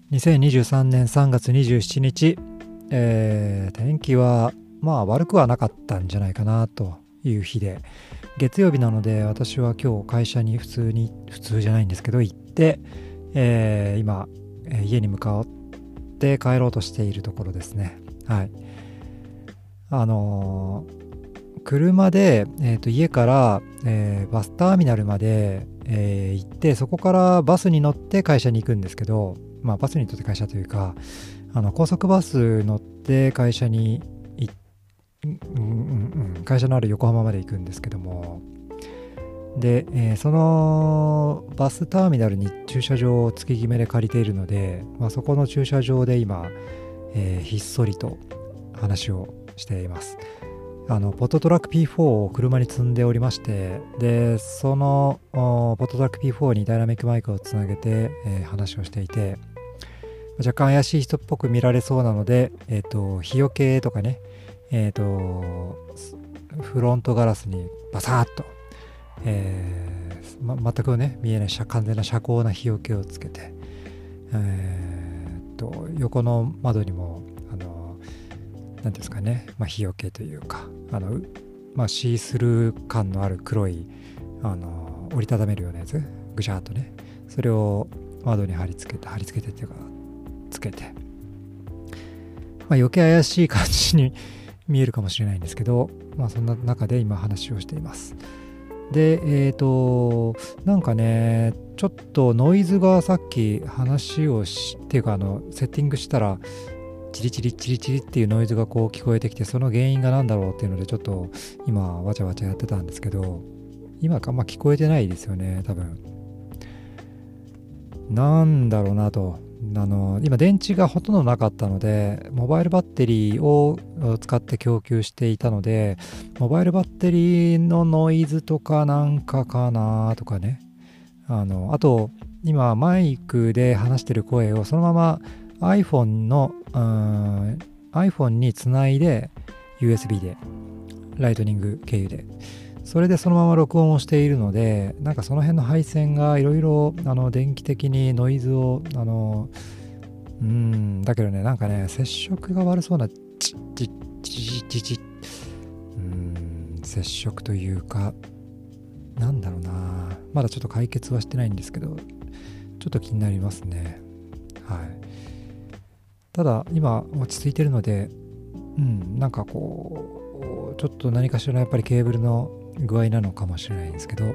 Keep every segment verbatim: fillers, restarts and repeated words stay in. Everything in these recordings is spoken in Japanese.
にせんにじゅうさんねんさんがつにじゅうしちにち、えー、天気はまあ悪くはなかったんじゃないかなという日で、月曜日なので私は今日会社に普通に普通じゃないんですけど行って、えー、今、えー家に向かって帰ろうとしているところですね。はい。あのー車で、えーと家から、えーバスターミナルまで、えー行って、そこからバスに乗って会社に行くんですけど、まあバスに乗って会社というか、あの高速バス乗って会社に行っうんうんうん会社のある横浜まで行くんですけども、で、えーそのバスターミナルに駐車場を月決めで借りているので、まあ、そこの駐車場で今、えーひっそりと話をしています。あのポットトラック ピーフォー を車に積んでおりまして、でそのおポットトラック ピーフォー にダイナミックマイクをつなげて、えー話をしていて、若干怪しい人っぽく見られそうなので、えっ、と日よけとかね、えっ、とフロントガラスにバサーッと、えーま、全くね見えない完全な遮光な日よけをつけて、えー、と横の窓にもあの何ですかね、まあ、日よけというか、あの、まあ、シースルー感のある黒いあの折りたためるようなやつ、ぐしゃーっとね、それを窓に貼り付けて貼り付けてっていうかつけて、まあ、余計怪しい感じに見えるかもしれないんですけど、まあ、そんな中で今話をしています。で、えっ、と、なんかね、ちょっとノイズがさっき話をし、っていうか、あの、セッティングしたら、チリチリチリチリっていうノイズがこう聞こえてきて、その原因が何だろうっていうので、ちょっと今、わちゃわちゃやってたんですけど、今か、まあ聞こえてないですよね、多分。なんだろうなと。あの、今電池がほとんどなかったので、モバイルバッテリーを使って供給していたので、モバイルバッテリーのノイズとかなんかかなとかね。あの、あと、今マイクで話してる声をそのまま iPhone の、うん、iPhone につないで ユーエスビー で、ライトニング経由で。それでそのまま録音をしているので、なんかその辺の配線がいろいろあの電気的にノイズをあのうーんだけどね、なんかね接触が悪そうなチッチッチッチッチッうーん接触というか、なんだろうな、まだちょっと解決はしてないんですけど、ちょっと気になりますね。はい。ただ今落ち着いてるので、うんなんかこうちょっと何かしらのやっぱりケーブルの具合なのかもしれないんですけど、うん。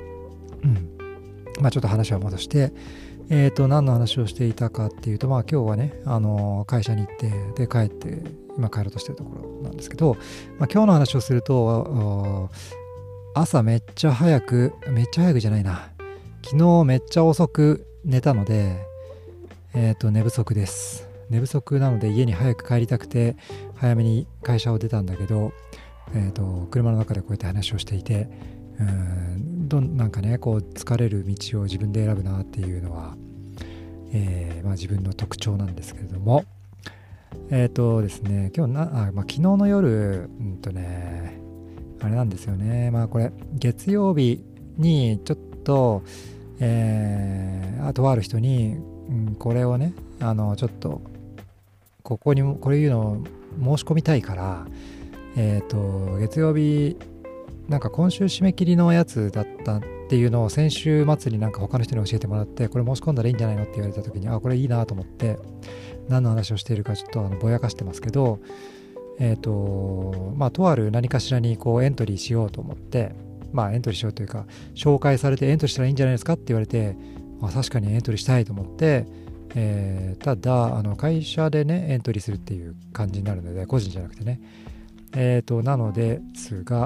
まあちょっと話は戻して、えっと、何の話をしていたかっていうと、まあ今日はね、あの、会社に行って、で、帰って、今帰ろうとしてるところなんですけど、まあ今日の話をすると、朝めっちゃ早く、めっちゃ早くじゃないな。昨日めっちゃ遅く寝たので、えっと、寝不足です。寝不足なので家に早く帰りたくて、早めに会社を出たんだけど、えーと、車の中でこうやって話をしていて、うーんどんなんかねこう疲れる道を自分で選ぶなっていうのは、えーまあ、自分の特徴なんですけれども、えっ、とですね今日なあ、まあ、昨日の夜うんとねあれなんですよね。まあこれ月曜日にちょっと、えー、あとある人に、うん、これをねあのちょっとここにもこれいうのを申し込みたいから、えっ、と、月曜日、なんか今週締め切りのやつだったっていうのを先週末になんか他の人に教えてもらって、これ申し込んだらいいんじゃないのって言われた時に、あ、これいいなと思って、何の話をしているかちょっとあのぼやかしてますけど、えっ、と、まあ、とある何かしらにこうエントリーしようと思って、まあ、エントリーしようというか、紹介されてエントリーしたらいいんじゃないですかって言われて、あ、確かにエントリーしたいと思って、えーただ、あの会社でね、エントリーするっていう感じになるので、個人じゃなくてね、えーと、なのですが、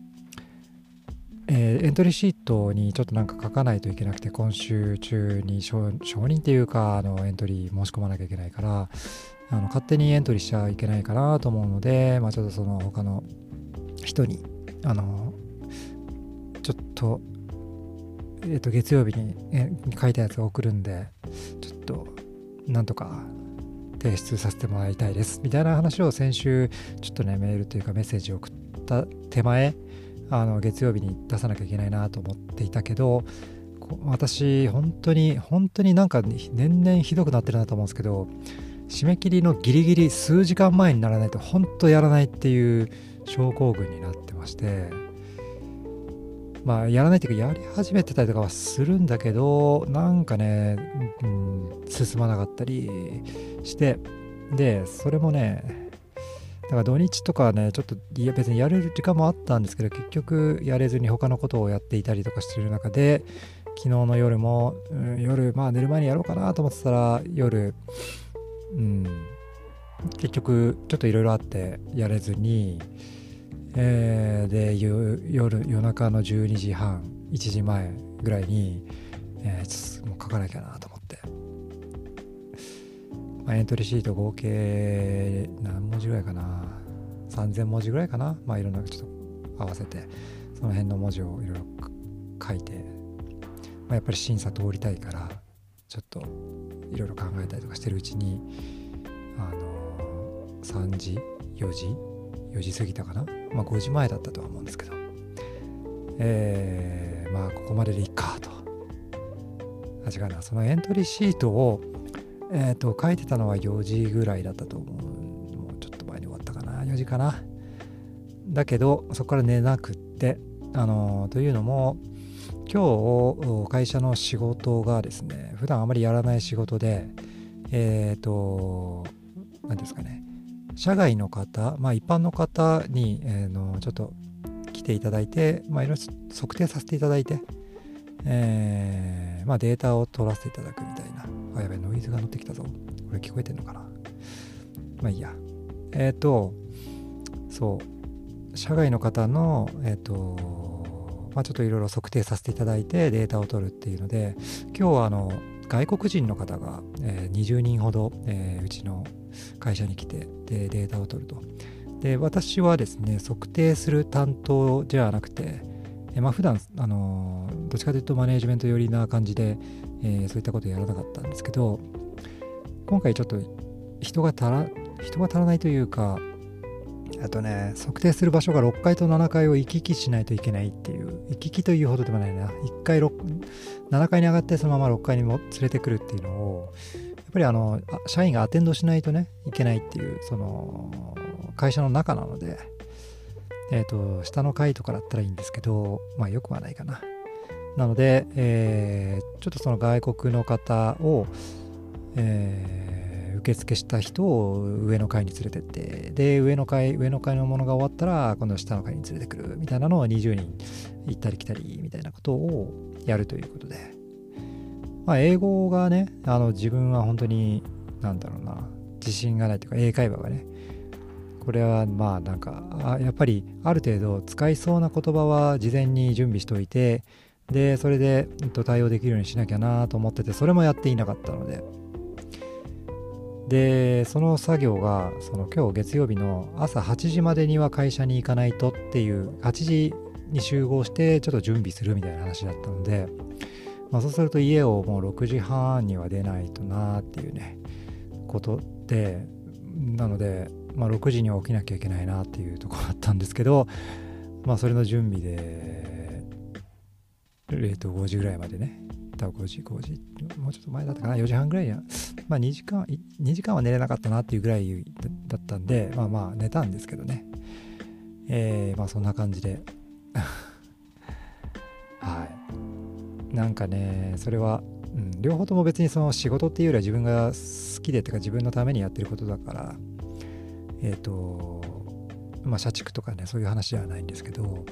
えーエントリーシートにちょっとなんか書かないといけなくて、今週中に承承認っていうか、あのエントリー申し込まなきゃいけないから、あの勝手にエントリーしちゃいけないかなと思うので、まあちょっとその他の人に、あの、ちょっと、えーと、月曜日にえ書いたやつを送るんで、ちょっと、なんとか提出させてもらいたいですみたいな話を先週ちょっとねメールというかメッセージを送った手前、あの月曜日に出さなきゃいけないなと思っていたけど、こ私本当に本当になんか年々ひどくなってるなと思うんですけど、締め切りのギリギリ数時間前にならないと本当やらないっていう症候群になってまして、まあやらないっていうかやり始めてたりとかはするんだけど、なんかね、うん、進まなかったりして、でそれもね、だから土日とかね、ちょっといや別にやれる時間もあったんですけど、結局やれずに他のことをやっていたりとかしてる中で、昨日の夜も、うん、夜まあ寝る前にやろうかなと思ってたら、夜、うん、結局ちょっといろいろあってやれずに、えー、で夜夜中のじゅうにじはんいちじまえぐらいに、えー、ちょっともう書かなきゃなと思って、まあ、エントリーシート合計何文字ぐらいかな、さんぜん文字ぐらいかな、まあいろんなちょっと合わせてその辺の文字をいろいろ書いて、まあ、やっぱり審査通りたいからちょっといろいろ考えたりとかしてるうちに、あのー、さんじよじよじ過ぎたかな、まあごじまえだったとは思うんですけど、えー、まあここまででいいかと。あ、違うな、そのエントリーシートをえーと書いてたのはよじぐらいだったと思う。もうちょっと前に終わったかな、よじかな。だけどそこから寝なくって、あのー、というのも今日会社の仕事がですね、普段あまりやらない仕事で、えーと何ですかね、社外の方、まあ一般の方に、えー、のちょっと来ていただいて、まあいろいろ測定させていただいて、えー、まあデータを取らせていただくみたいな。あ、やべえ、ノイズが乗ってきたぞ。これ聞こえてんのかな。まあいいや。えっ、ー、と、そう、社外の方の、えっ、ー、と、まあちょっといろいろ測定させていただいてデータを取るっていうので、今日はあの、外国人の方が、えー、にじゅうにんほど、えー、うちの会社に来てでデータを取ると。で、私はですね、測定する担当じゃなくて、えー、まあ普段、あのー、どっちかというとマネージメント寄りな感じで、えー、そういったことやらなかったんですけど、今回ちょっと人が足ら人が足らないというか、あとね、測定する場所がろっかいとななかいを行き来しないといけないっていう、行き来というほどでもないな、いっかいななかいに上がってそのままろっかいにも連れてくるっていうのを、やっぱりあの社員がアテンドしないとねいけないっていう、その会社の中なので、えっと下の階とかだったらいいんですけど、まあよくはないかな。なので、えー、ちょっとその外国の方を、えー、受付した人を上の階に連れてって、で上の階上の階のものが終わったら今度下の階に連れてくるみたいなのをにじゅうにん行ったり来たりみたいなことをやるということで、まあ英語がね、あの自分は本当になんだろうな、自信がないというか、英会話がね、これはまあなんかやっぱりある程度使いそうな言葉は事前に準備しておいて、でそれで、えっと、対応できるようにしなきゃなと思ってて、それもやっていなかったので、でその作業がその今日月曜日の朝はちじまでには会社に行かないとっていう、はちじに集合してちょっと準備するみたいな話だったので、まあ、そうすると家をもうろくじはんには出ないとなっていうねことで、なので、まあ、ろくじには起きなきゃいけないなっていうところだったんですけど、まあそれの準備でえー、とごじぐらいまでね、ごじ、ごじ、もうちょっと前だったかな、よじはんぐらいには、まあにじかん、にじかんは寝れなかったなっていうぐらいだったんで、まあまあ寝たんですけどね。えー、まあそんな感じで。はい。なんかね、それは、うん、両方とも別にその仕事っていうよりは自分が好きでとか自分のためにやってることだから、えっ、ー、と、まあ社畜とかね、そういう話ではないんですけど、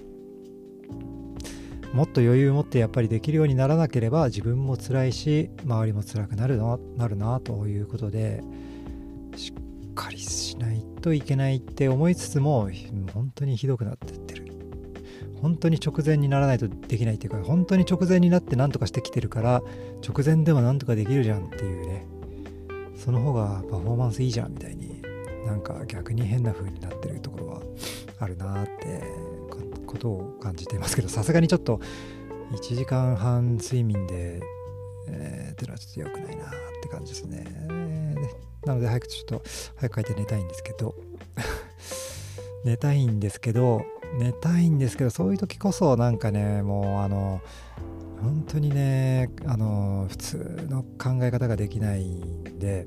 もっと余裕を持ってやっぱりできるようにならなければ自分も辛いし周りも辛くなるな、なるなということで、しっかりしないといけないって思いつつも本当にひどくなってってる。本当に直前にならないとできないっていうか、本当に直前になって何とかしてきてるから直前でも何とかできるじゃんっていうね、その方がパフォーマンスいいじゃんみたいに、なんか逆に変な風になってるところはあるなってことを感じていますけど、さすがにちょっといちじかんはん睡眠で、えー、っていうのはちょっと良くないなって感じですね。なので早くちょっと早く帰って寝たいんですけど寝たいんですけど寝たいんですけどそういう時こそなんかね、もうあの本当にね、あの普通の考え方ができないんで、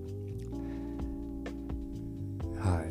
はい、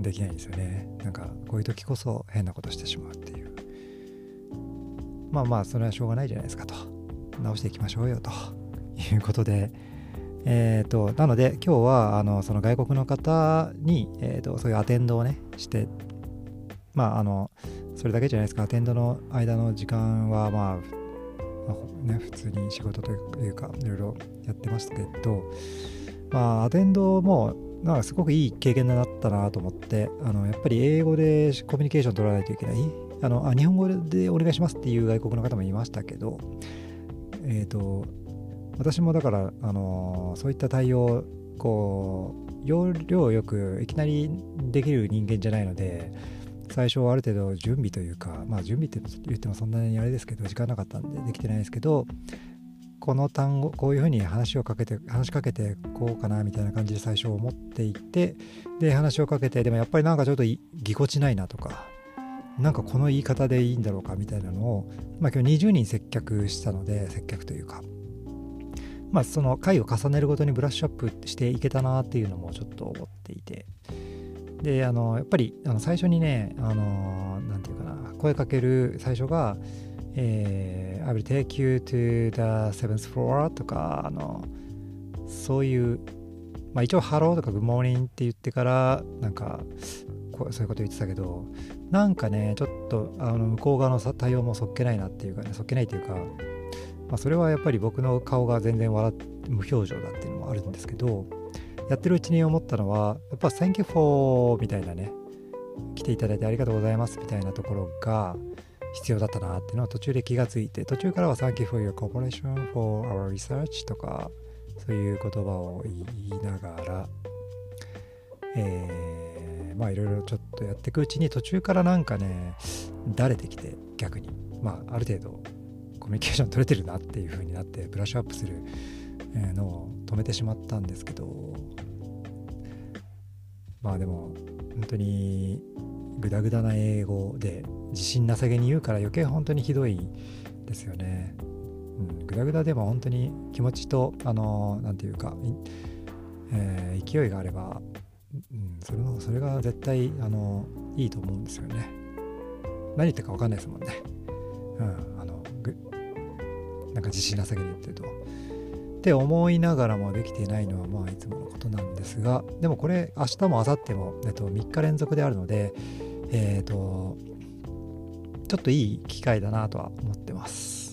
できないんですよね。なんかこういう時こそ変なことしてしまうっていう。まあまあそれはしょうがないじゃないですかと、直していきましょうよということで、えーとなので今日はあのその外国の方に、えーとそういうアテンドをねして、まああのそれだけじゃないですか。アテンドの間の時間はまあ、まあね、普通に仕事というかいろいろやってましたけど、まあアテンドもなんかすごくいい経験だったなと思って、あのやっぱり英語でコミュニケーション取らないといけない、あのあ日本語でお願いしますっていう外国の方もいましたけど、えっと私もだから、あのそういった対応こう要領よくいきなりできる人間じゃないので、最初はある程度準備というか、まあ準備って言ってもそんなにあれですけど、時間なかったんでできてないですけど、この単語こういうふうに話をかけて話しかけてこうかなみたいな感じで最初思っていて、で話をかけて、でもやっぱりなんかちょっとぎこちないなとか、なんかこの言い方でいいんだろうかみたいなのを、まあ今日にじゅうにん接客したので、接客というか、まあその回を重ねるごとにブラッシュアップしていけたなっていうのもちょっと思っていて、であのやっぱりあの最初にね、あのなんていうかな、声かける最初が、えー、I will take you to the seventh floor とか、あのそういう、まあ一応ハローとかグッモーニングって言ってからなんかこうそういうこと言ってたけど、なんかねちょっとあの向こう側の対応もそっけないなっていうかね、そっけないというか、まあ、それはやっぱり僕の顔が全然笑って無表情だっていうのもあるんですけど、やってるうちに思ったのは、やっぱ Thank you for みたいなね、来ていただいてありがとうございますみたいなところが必要だったなっていうのを途中で気がついて、途中からは Thank you for your cooperation for our research とかそういう言葉を言いながら、えー、まあいろいろちょっとやっていくうちに、途中からなんかね慣れてきて、逆にまあある程度コミュニケーション取れてるなっていう風になって、ブラッシュアップするのを止めてしまったんですけど、まあでも本当にグダグダな英語で自信なさげに言うから余計本当にひどいですよね。うん、グダグダでも本当に気持ちとあのなんていうか、えー、勢いがあれば、うん、それのそれが絶対あのいいと思うんですよね。何言ってるか分かんないですもんね。うん、あのぐなんか自信なさげに言ってると。って思いながらもできていないのはまあいつものことなんですが、でもこれ明日も明後日も、えっと、みっか連続であるので、えっとちょっといい機会だなとは思ってます。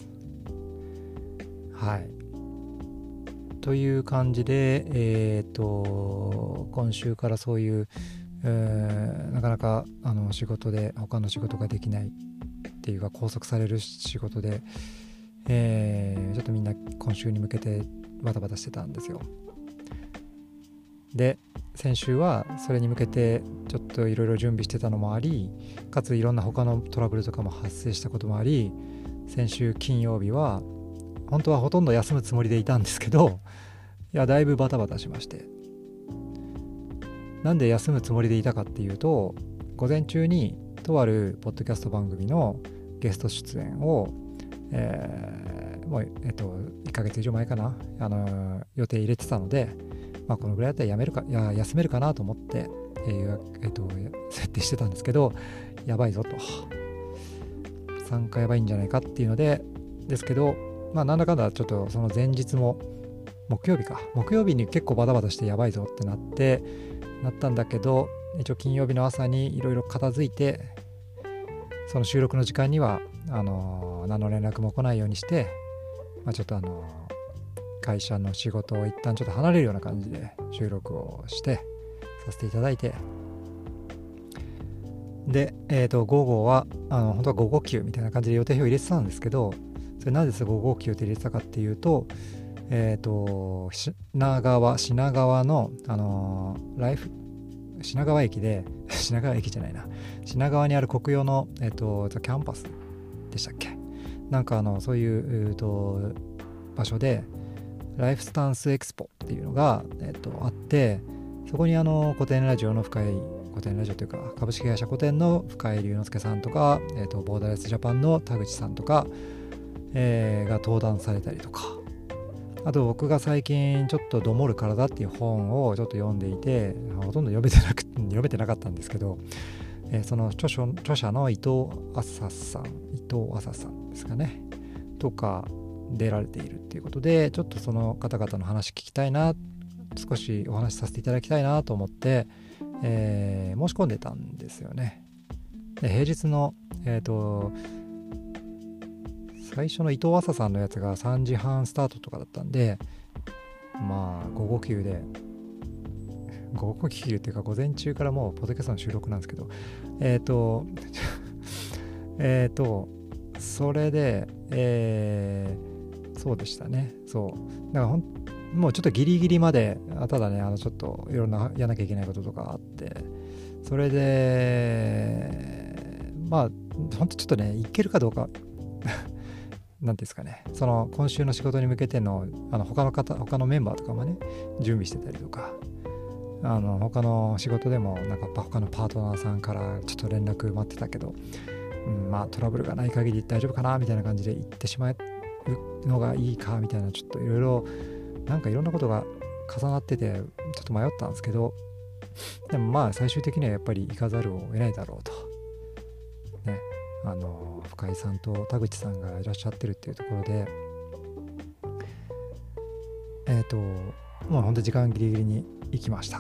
はい。という感じで、えっと今週からそういう、えー、なかなかあの仕事で他の仕事ができないっていうか、拘束される仕事で、えー、ちょっとみんな今週に向けてバタバタしてたんですよ。で先週はそれに向けてちょっといろいろ準備してたのもあり、かついろんな他のトラブルとかも発生したこともあり、先週金曜日は本当はほとんど休むつもりでいたんですけど、いやだいぶバタバタしまして、なんで休むつもりでいたかっていうと、午前中にとあるポッドキャスト番組のゲスト出演をえー、もう、えっと、いっかげつ以上前かな、あの予定入れてたので、まあ、このぐらいだったらやめるかいや休めるかなと思って、えーえっと、設定してたんですけど、やばいぞと、参加やばいんじゃないかっていうのでですけど、まあなんだかんだちょっとその前日も木曜日か木曜日に結構バタバタしてやばいぞってなってなったんだけど、一応金曜日の朝にいろいろ片付いて、その収録の時間にはあの何の連絡も来ないようにして、まあ、ちょっとあの会社の仕事を一旦ちょっと離れるような感じで収録をしてさせていただいて、で、えーと午後はあの本当は午後休みたいな感じで予定表入れてたんですけど、それなぜ午後休って入れてたかっていうと、えっと品川品川のあのライフ品川駅で品川駅じゃないな品川にある国用の、えっと、キャンパスでしたっけ、なんかあのそういう、えー、と場所でライフスタンスエクスポっていうのが、えー、とあって、そこにあの古典ラジオの深井古典ラジオというか株式会社古典の深井龍之介さんとか、えー、とボーダーレスジャパンの田口さんとか、 えーが登壇されたりとか、あと僕が最近ちょっとどもる体っていう本をちょっと読んでいて、ほとんど読めてなく読めてなかったんですけど、えーその著書著者の伊藤麻さん伊藤麻さんですかねとか出られているっていうことで、ちょっとその方々の話聞きたいな、少しお話しさせていただきたいなと思って、えー申し込んでたんですよね。で平日のえっ、と最初の伊藤麻さんのやつがさんじはんスタートとかだったんで、まあ午後休で午後休っていうか午前中からもうポッドキャストの収録なんですけど、えっ、とえっとそれで、えーそうでしたね。そうだからほんもうちょっとギリギリまで、あただね、あのちょっといろんなやらなきゃいけないこととかあって、それでまあほんとちょっとねいけるかどうかなんですかね、その今週の仕事に向けてのあの他の方他のメンバーとかもね準備してたりとか、あの他の仕事でもなんか他のパートナーさんからちょっと連絡待ってたけど、うん、まあトラブルがない限り大丈夫かなみたいな感じで言ってしまうのがいいかみたいな、ちょっといろいろなんかいろんなことが重なっててちょっと迷ったんですけど、でもまあ最終的にはやっぱり行かざるを得ないだろうとね、あの深井さんと田口さんがいらっしゃってるっていうところで、えっ、ともうほんと時間ギリギリに行きました。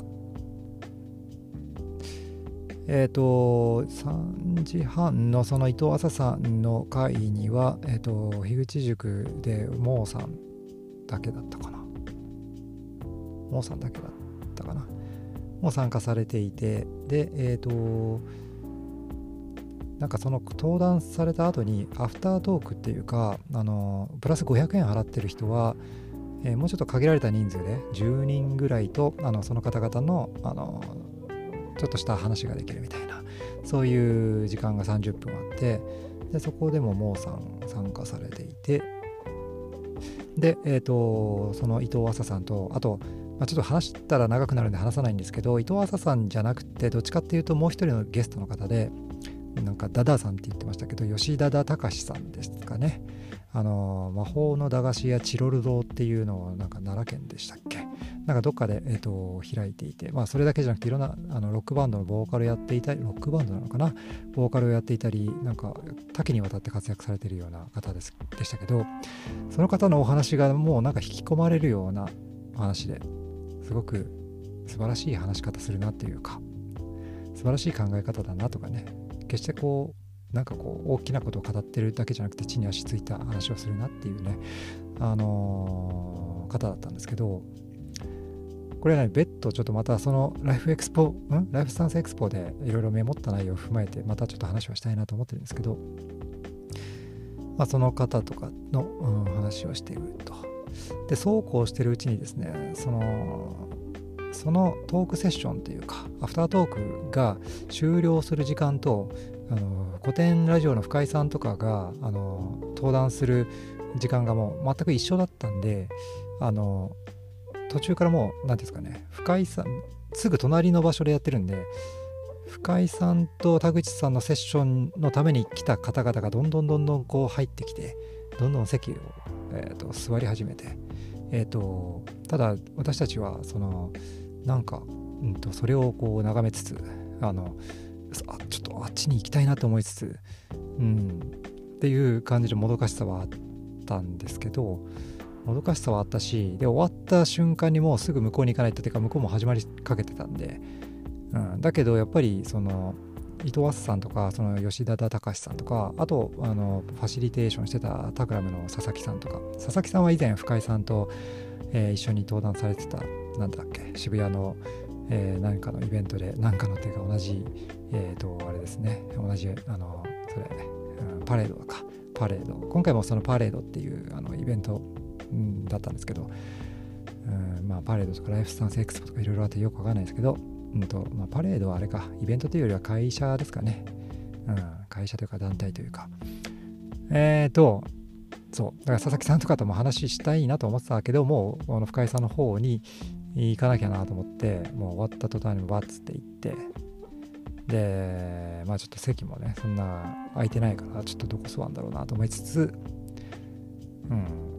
えっ、とさんじはんのその伊藤麻さんの会には、えっ、と樋口塾でモーさんだけだったかなモーさんだけだったかなも参加されていて、でえっ、となんかその登壇された後にアフタートークっていうか、あのプラスごひゃくえん払ってる人は、えーもうちょっと限られた人数でじゅうにんぐらいと、あのその方々の、あのちょっとした話ができるみたいな、そういう時間がさんじゅっぷんあって、でそこでもモーさん参加されていて、で、えー、とその伊藤麻さんと、あと、まあ、ちょっと話したら長くなるんで話さないんですけど、伊藤麻さんじゃなくてどっちかっていうともう一人のゲストの方で、なんかダダさんって言ってましたけど、吉田田隆さんですかね。あの魔法の駄菓子屋チロル堂っていうのをなんか奈良県でしたっけ、なんかどっかで、えー、と開いていて、まあそれだけじゃなくていろんなあのロックバンドのボーカルやっていたり、ロックバンドなのかな、ボーカルをやっていたり、なんか多岐にわたって活躍されているような方ですでしたけど、その方のお話がもうなんか引き込まれるようなお話で、すごく素晴らしい話し方するなっていうか、素晴らしい考え方だなとかね、決してこうなんかこう大きなことを語ってるだけじゃなくて地に足ついた話をするなっていうね、あのー方だったんですけど、これはね別途ちょっとまたそのライフエクスポんライフスタンスエクスポでいろいろメモった内容を踏まえてまたちょっと話をしたいなと思ってるんですけど、まあ、その方とかの、うん、話をしていると。でそうこうしてるうちにですね、そのそのトークセッションというかアフタートークが終了する時間と、あの古典ラジオの深井さんとかがあの登壇する時間がもう全く一緒だったんで、あの途中からもう何ていうんですかね、深井さんすぐ隣の場所でやってるんで、深井さんと田口さんのセッションのために来た方々がどんどんどんどんこう入ってきて、どんどん席を、えー、と座り始めて、えー、とただ私たちはそのなんか、うん、とそれをこう眺めつつ、あのあちょっとあっちに行きたいなと思いつつ、うん、っていう感じでもどかしさはあったんですけど、もどかしさはあったし、で終わった瞬間にもうすぐ向こうに行かないと、てか向こうも始まりかけてたんで、うん、だけどやっぱりその伊藤敦さんとかその吉田田隆さんとか、あとあのファシリテーションしてたタクラムの佐々木さんとか、佐々木さんは以前深井さんと、えー一緒に登壇されてた、なんだっけ、渋谷の、えー、何かのイベントで、何かのっていうか同じ、えーとあれですね、同じあのそれね、うん、パレードかパレード、今回もそのパレードっていうあのイベント、うん、だったんですけど、うん、まあパレードとかライフスタンスエクスポとかいろいろあってよくわかんないですけど、うんとまあ、パレードはあれか、イベントというよりは会社ですかね、うん、会社というか団体というか、えーとそうだから佐々木さんとかとも話したいなと思ってたけど、もうあの深井さんの方に行かなきゃなと思って、もう終わった途端にバッつって行って、でまあちょっと席もねそんな空いてないから、ちょっとどこ座るんだろうなと思いつつ、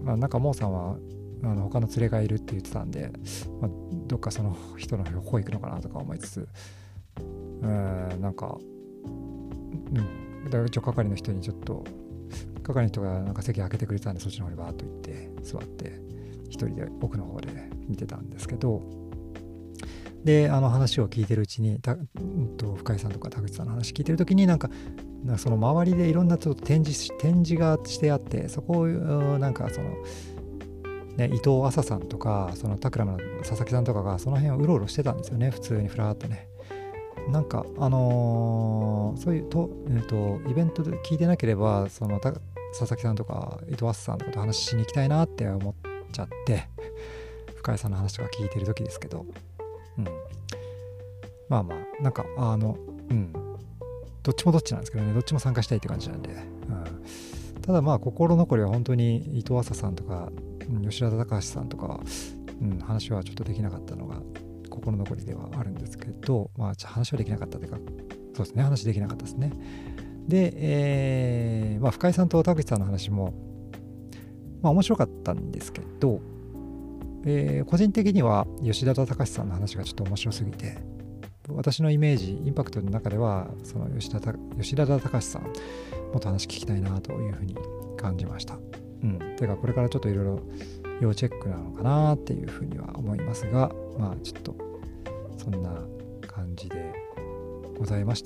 まあ、なんかモーさんはあの他の連れがいるって言ってたんで、まあ、どっかその人の方行くのかなとか思いつつ、えー、なんか、うん、だから一応係の人にちょっと係の人がなんか席開けてくれてたんで、そっちの方にバーッと行って座って一人で奥の方で見てたんですけど、であの話を聞いてるうちにた、うんと、深井さんとか田口さんの話聞いてる時になんかなんかその周りでいろんなちょっと展示展示がしてあって、そこをなんかその、ね、伊藤麻さんとかそのタクラムの佐々木さんとかがその辺をうろうろしてたんですよね、普通にふらーっとね。なんかあのー、そういうと、えー、とイベントで聞いてなければその佐々木さんとか伊藤麻さんとかと話しに行きたいなって思っちゃって深井さんの話とか聞いてる時ですけど、うん、まあまあなんかあのうんどっちもどっちなんですけどね、どっちも参加したいって感じなんで、うん、ただまあ心残りは本当に伊藤麻さんとか吉田隆さんとか、うん、話はちょっとできなかったのが心残りではあるんですけど、まあ話はできなかったというか、そうですね、話できなかったですね。で、えーまあ、深井さんと田口さんの話もまあ面白かったんですけど、えー、個人的には吉田隆さんの話がちょっと面白すぎて、私のイメージインパクトの中ではその吉田吉田隆さんもっと話聞きたいなというふうに感じました。うん、てかこれからちょっといろいろ要チェックなのかなっていうふうには思いますが、まあちょっとそんな感じでございまして、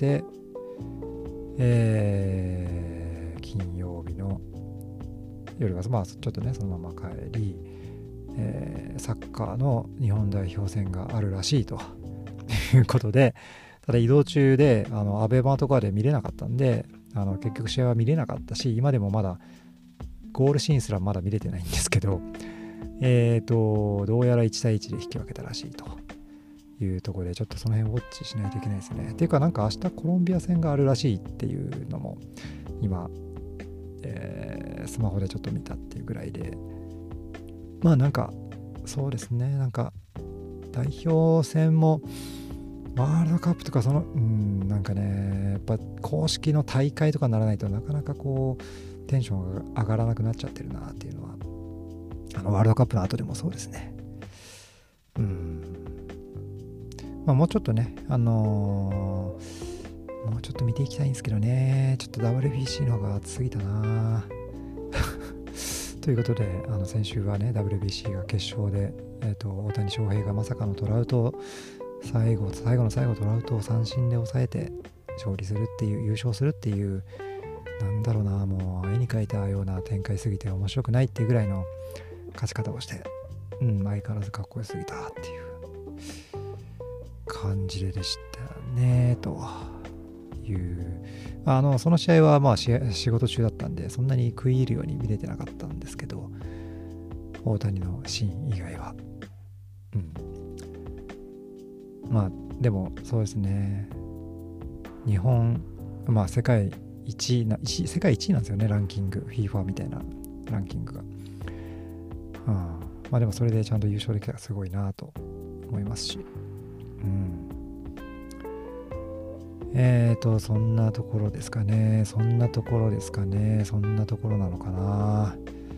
えー、金曜日の夜はまあちょっとねそのまま帰り、えー、サッカーの日本代表戦があるらしいということで、ただ移動中であのアベマとかで見れなかったんで、あの結局試合は見れなかったし、今でもまだゴールシーンすらまだ見れてないんですけど、えーとどうやらいち対いちで引き分けたらしいというところで、ちょっとその辺ウォッチしないといけないですね。っていうかなんか明日コロンビア戦があるらしいっていうのも今、えー、スマホでちょっと見たっていうぐらいで、まあなんかそうですね、なんか代表戦もワールドカップとかそのうんなんかねやっぱ公式の大会とかにならないとなかなかこうテンションが上がらなくなっちゃってるなっていうのは、あのワールドカップの後でもそうですね。うんまあもうちょっとねあのー、もうちょっと見ていきたいんですけどね、ちょっと ダブリュービーシー の方が熱すぎたなということで、あの先週はね ダブリュービーシー が決勝で、えーと、大谷翔平がまさかのトラウト最後最後の最後トラウトを三振で抑えて勝利するっていう優勝するっていう、なんだろうな、もう絵に描いたような展開すぎて面白くないっていうぐらいの勝ち方をして、うん、相変わらずかっこよすぎたっていう感じでしたねという、あのその試合はまあ仕事中だったんでそんなに食い入るように見れてなかったんですけど、大谷のシーン以外はうんまあでもそうですね、日本まあ世界いちいな世界いちいなんですよね、ランキング FIFA みたいなランキングが、うん、まあでもそれでちゃんと優勝できたらすごいなと思いますし、うんえーとそんなところですかねそんなところですかねそんなところなのかな。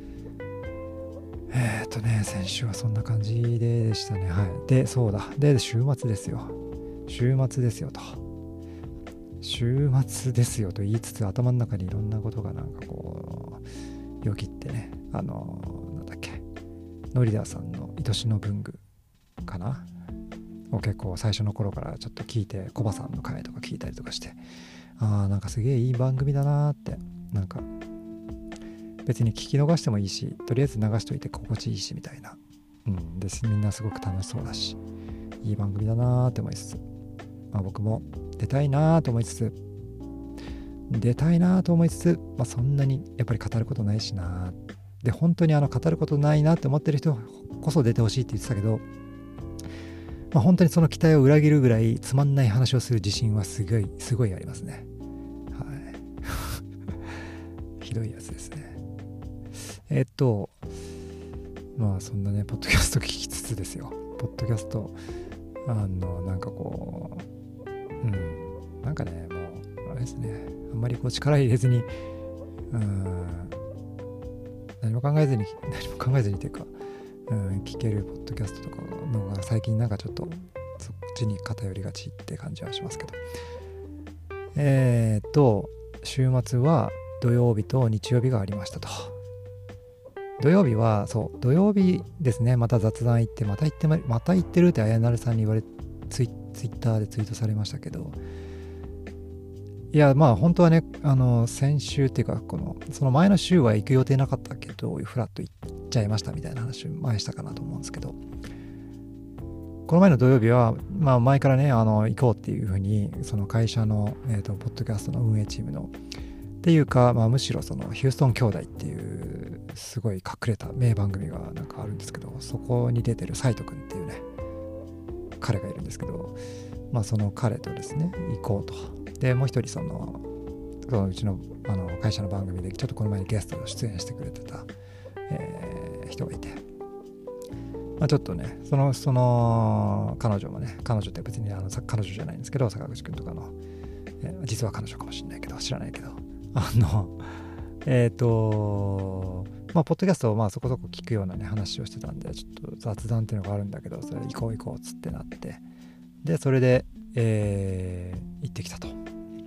えーとね先週はそんな感じででしたね。はい。でそうだで週末ですよ週末ですよと週末ですよと言いつつ頭の中にいろんなことがなんかこうよぎってね、あのなんだっけノリダーさんの愛しの文具かなを結構最初の頃からちょっと聞いて、コバさんの回とか聞いたりとかして、ああなんかすげえいい番組だなーって、なんか別に聞き逃してもいいしとりあえず流しといて心地いいしみたいな、うんですみんなすごく楽しそうだしいい番組だなーって思いつつ、まあ、僕も出たいなーと思いつつ出たいなーと思いつつ、まあ、そんなにやっぱり語ることないしなーで、本当にあの語ることないなって思ってる人こそ出てほしいって言ってたけど、まあ、本当にその期待を裏切るぐらいつまんない話をする自信はすごいすごいありますね。はいひどいやつですね。えっとまあそんなねポッドキャスト聞きつつですよ、ポッドキャストあのなんかこううんなんかねもうあれですね、あんまりこう力入れずにうん何も考えずに何も考えずにというか、うん、聞けるポッドキャストとかのが最近なんかちょっとそっちに偏りがちって感じはしますけど、えーと週末は土曜日と日曜日がありましたと。土曜日はそう土曜日ですね。また雑談行ってまた行ってまた行ってるってあやなるさんに言われツイツイッターでツイートされましたけど、いやまあ本当はね、あの先週っていうかこのその前の週は行く予定なかったけどフラッと行っちゃいましたみたいな話前したかなと思うんですけど、この前の土曜日はまあ前からねあの行こうっていうふうにその会社のえっとポッドキャストの運営チームのっていうか、まあ、むしろそのヒューストン兄弟っていうすごい隠れた名番組がなんかあるんですけど、そこに出てるサイト君っていうね彼がいるんですけど、まあその彼とですね行こうと。でもう一人そのそのうちのあの会社の番組でちょっとこの前にゲストで出演してくれてた、えー、人がいて、まあ、ちょっとねそのその彼女もね彼女って別にあの彼女じゃないんですけど坂口君とかの、えー、実は彼女かもしれないけど知らないけどあのえっ、ー、とまあポッドキャストをまあそこそこ聞くようなね話をしてたんで、ちょっと雑談っていうのがあるんだけどそれ行こう行こうっつってなって、でそれで、えー、行ってきたと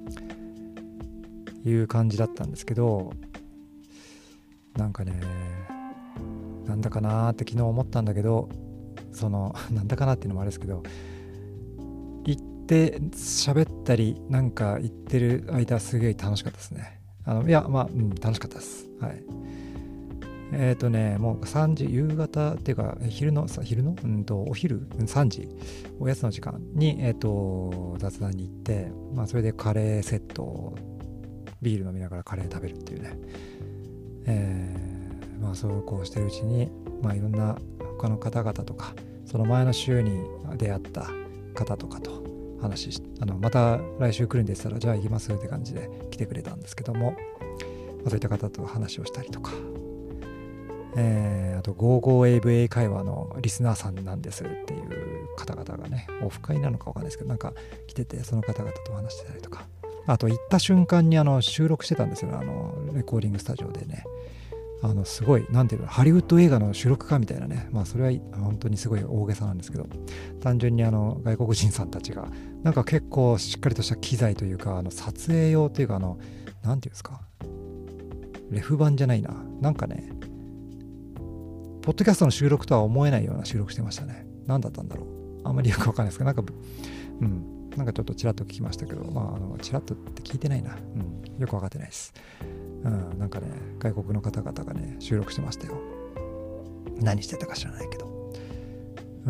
いう感じだったんですけど、なんかねなんだかなーって昨日思ったんだけど、そのなんだかなっていうのもあれですけど、行って喋ったりなんか言ってる間すげえ楽しかったですね。あのいやまあ、うん、楽しかったです。はい。えっ、ー、とねもうさんじ夕方っていうか昼の昼のうんとお昼さんじおやつの時間にえっ、ー、と雑談に行って、まあそれでカレーセットをビール飲みながらカレー食べるっていうね、えー、まあそうこうしてるうちにまあいろんな他の方々とかその前の週に出会った方とかと話しあのまた来週来るんでしたらじゃあ行きますって感じで来てくれたんですけども、まあ、そういった方と話をしたりとか、えー、あと ゴーゴーエーブイエー 会話のリスナーさんなんですっていう方々がねオフ会なのかわかんないですけどなんか来ててその方々と話してたりとか、あと行った瞬間にあの収録してたんですよ、あのレコーディングスタジオでね。あのすごいなんていうのハリウッド映画の収録かみたいなね、まあそれは本当にすごい大げさなんですけど、単純にあの外国人さんたちがなんか結構しっかりとした機材というかあの撮影用というかあのなんていうんですかレフ版じゃないな、なんかねポッドキャストの収録とは思えないような収録してましたね。何だったんだろう、あんまりよくわかんないですけど、なんかうんなんかちょっとチラッと聞きましたけど、まああのチラッとって聞いてないな、うん、よくわかってないです。うん、なんかね外国の方々がね収録してましたよ。何してたか知らないけど、うん、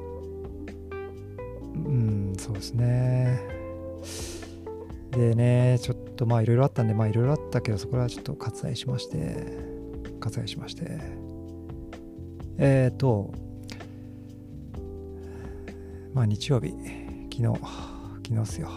うん、そうですね。でねちょっとまあいろいろあったんでまあいろいろあったけどそこはちょっと割愛しまして割愛しましてえっ、ー、とまあ日曜日昨日昨日っすよ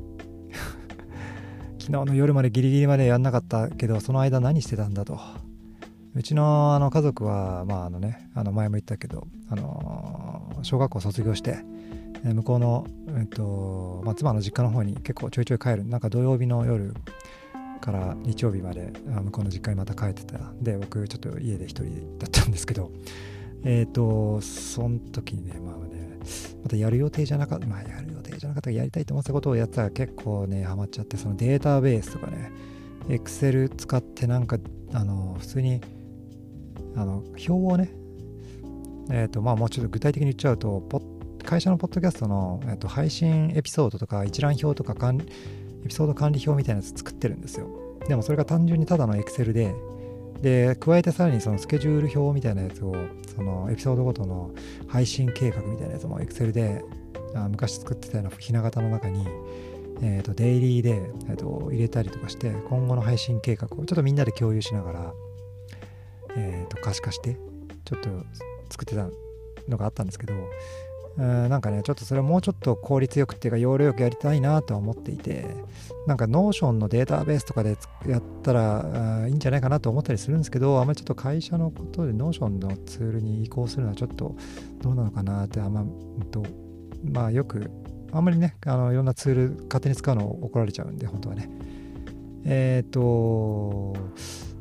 昨日の夜までギリギリまでやんなかったけどその間何してたんだと。うちのあの家族はまああのねあの前も言ったけどあの小学校卒業して向こうのえっとまあ妻の実家の方に結構ちょいちょい帰る、なんか土曜日の夜から日曜日まで向こうの実家にまた帰ってたで、僕ちょっと家で一人だったんですけど、えっとその時にねまあねまたやる予定じゃなかったまあやる予定じゃなかったやりたいと思ってたことをやったら結構ねハマっちゃって、そのデータベースとかね Excel 使ってなんかあの普通にあの表をねえっとまあもうちょっと具体的に言っちゃうとポ会社のポッドキャストの、えっと、配信エピソードとか一覧表とかかんエピソード管理表みたいなやつ作ってるんですよ。でもそれが単純にただの Excel でで加えてさらにそのスケジュール表みたいなやつをそのエピソードごとの配信計画みたいなやつも Excel であ昔作ってたようなひな形の中に、えー、とデイリーで、えー、と入れたりとかして今後の配信計画をちょっとみんなで共有しながら、えー、と可視化してちょっと作ってたのがあったんですけど、うんなんかねちょっとそれもうちょっと効率よくっていうか要領よくやりたいなとは思っていて、なんかノーションのデータベースとかでやったらいいんじゃないかなと思ったりするんですけど、あんまりちょっと会社のことでノーションのツールに移行するのはちょっとどうなのかなってあんまとまあよくあんまりねあのいろんなツール勝手に使うの怒られちゃうんで本当はねえっ、ー、と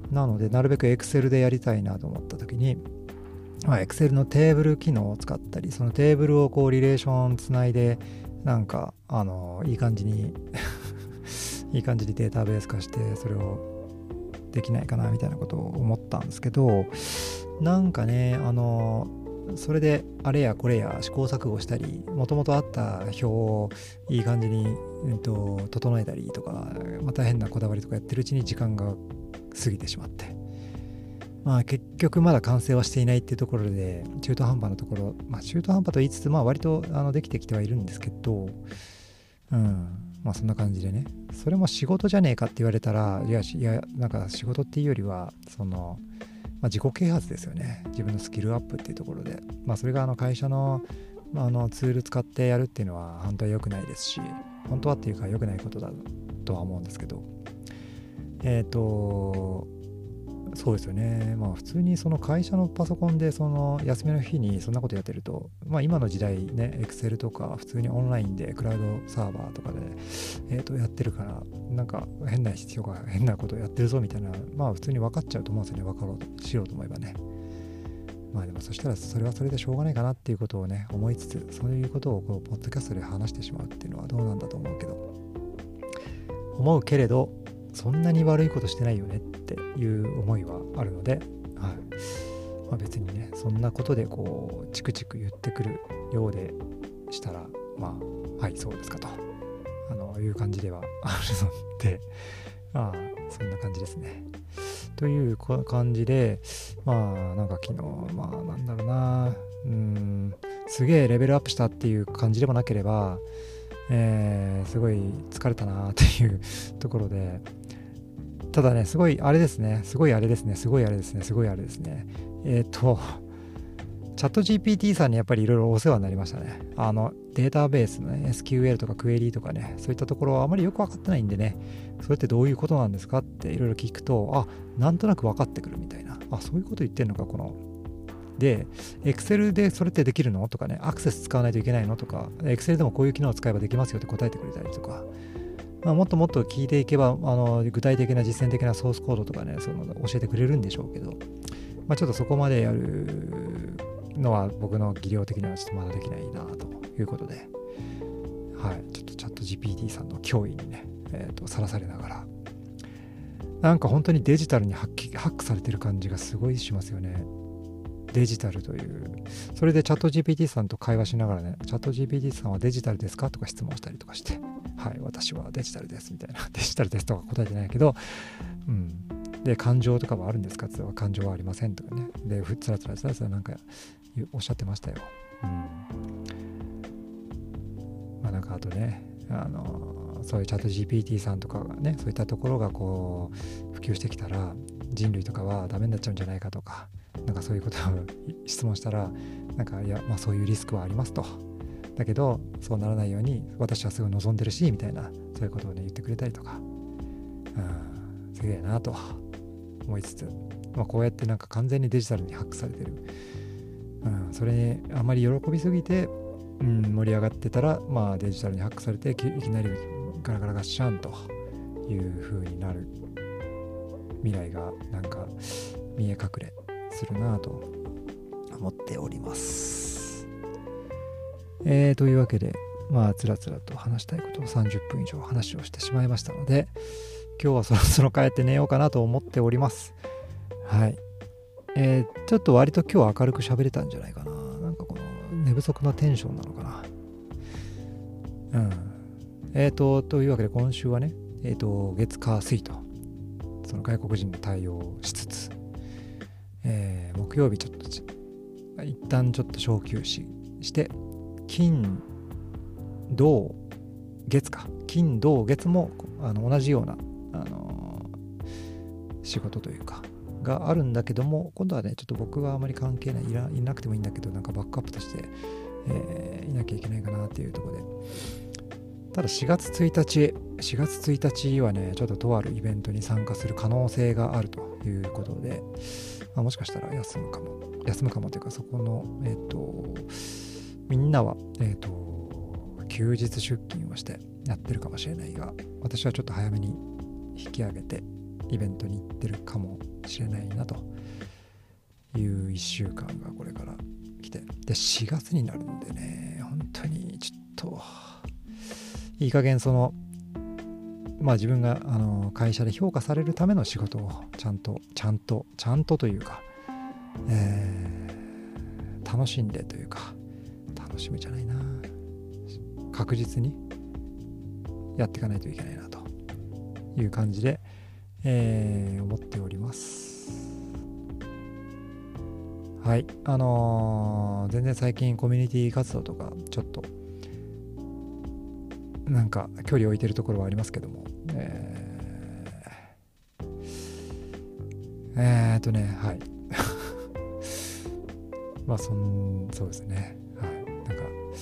なのでなるべく Excel でやりたいなと思った時に、まあ、Excel のテーブル機能を使ったり、そのテーブルをこうリレーションつないでなんかあのいい感じにいい感じにデータベース化してそれをできないかなみたいなことを思ったんですけど、なんかねあのそれであれやこれや試行錯誤したり、もともとあった表をいい感じに、えっと、整えたりとか、また変なこだわりとかやってるうちに時間が過ぎてしまって、まあ結局まだ完成はしていないっていうところで中途半端なところ、まあ中途半端と言いつつまあ割とあのできてきてはいるんですけど、うんまあそんな感じでね、それも仕事じゃねえかって言われたら、いやいやなんか仕事っていうよりはそのまあ、自己啓発ですよね。自分のスキルアップっていうところで、まあ、それがあの会社の、まあ、あのツール使ってやるっていうのは本当は良くないですし、本当はっていうか良くないことだとは思うんですけど、えっとそうですよね。まあ普通にその会社のパソコンでその休みの日にそんなことやってると、まあ今の時代ね、Excel とか普通にオンラインでクラウドサーバーとかで、えー、とやってるから、なんか変な人が変なことをやってるぞみたいな、まあ普通に分かっちゃうと思うんですよね。分かろうとしようと思えばね。まあでもそしたらそれはそれでしょうがないかなっていうことをね、思いつつ、そういうことをこうポッドキャストで話してしまうっていうのはどうなんだと思うけど、思うけれど、そんなに悪いことしてないよねっていう思いはあるので、はいまあ、別にねそんなことでこうチクチク言ってくるようでしたら、まあはいそうですかとあのいう感じではあるので、まあそんな感じですね。という感じで、まあなんか昨日まあなんだろうなうーんすげえレベルアップしたっていう感じでもなければ、えー、すごい疲れたなっていうところで、ただねすごいあれですねすごいあれですねすごいあれですねすごいあれですねえっ、ー、とチャット ジーピーティー さんにやっぱりいろいろお世話になりましたね。あのデータベースのね エスキューエル とかクエリとかね、そういったところはあまりよく分かってないんでね、それってどういうことなんですかっていろいろ聞くと、あなんとなく分かってくるみたいな、あそういうこと言ってんのかこので Excel でそれってできるのとかね、アクセス使わないといけないのとか、 Excel でもこういう機能を使えばできますよって答えてくれたりとか、まあ、もっともっと聞いていけばあの具体的な実践的なソースコードとかね、そういうの教えてくれるんでしょうけど、まあ、ちょっとそこまでやるのは僕の技量的にはちょっとまだできないなということで、はい、ちょっとチャット ジーピーティー さんの脅威にね、えーと、さらされながら、なんか本当にデジタルにハッキハックされてる感じがすごいしますよね。デジタルという、それでチャット ジーピーティー さんと会話しながらね、チャット ジーピーティー さんはデジタルですかとか質問したりとかして、はい、私はデジタルですみたいな、デジタルですとか答えてないけど、うん。で、感情とかはあるんですかって言ったら、感情はありませんとかね。で、ふつらつらつらつらなんかおっしゃってましたよ。うん。まあなんかあとね、あの、そういうチャット ジーピーティー さんとかがね、そういったところがこう、普及してきたら、人類とかはダメになっちゃうんじゃないかとか、なんかそういうことを質問したら、なんかいや、まあそういうリスクはありますと。だけど、そうならないように私はすごい望んでるし、みたいな、そういうことをね、言ってくれたりとか、うん、すげえなと思いつつ、まあ、こうやってなんか完全にデジタルにハックされてる。うん、それにあまり喜びすぎて、うん、盛り上がってたら、まあデジタルにハックされて、いきなりガラガラガッシャンという風になる未来がなんか見え隠れするなと思っております。えー、というわけで、まあつらつらと話したいことをさんじゅっぷん以上話をしてしまいましたので、今日はそろそろ帰って寝ようかなと思っております。はい。えー、ちょっと割と今日は明るく喋れたんじゃないかな。なんかこの寝不足なテンションなのかな。うん。えーと、というわけで今週はね、えーと、月火水と、その外国人の対応をしつつ、えー、木曜日ちょっとち、一旦ちょっと小休止して、金、土、月か。金、土、月もあの同じような、あのー、仕事というか、があるんだけども、今度はね、ちょっと僕はあまり関係ない、いらいなくてもいいんだけど、なんかバックアップとして、えー、いなきゃいけないかなっていうところで。ただしがつついたち、しがつついたちはね、ちょっととあるイベントに参加する可能性があるということで、まあ、もしかしたら休むかも、休むかもというか、そこの、えっと、みんなは、えっと、休日出勤をしてやってるかもしれないが、私はちょっと早めに引き上げて、 イベントに行ってるかもしれないなといういっしゅうかんがこれから来て、でしがつになるんでね、本当にちょっといい加減そのまあ自分があの会社で評価されるための仕事をちゃんとちゃんとちゃんとというか、えー、楽しんでというか、楽しむじゃないな、確実にやっていかないといけないなという感じで、えー、思っております。はい、あのー、全然最近コミュニティ活動とかちょっとなんか距離を置いてるところはありますけども、えー、えーっとねはいまあそんそうですね、はい、なんか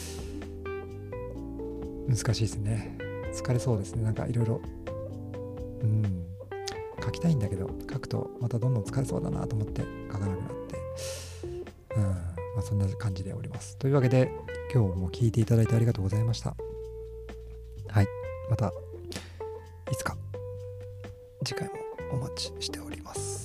難しいですね、疲れそうですね、なんかいろいろうん書きたいんだけど書くとまたどんどん疲れそうだなと思って書かなくなって、うんまあ、そんな感じでおります。というわけで今日も聞いていただいてありがとうございました。はい、またいつか次回もお待ちしております。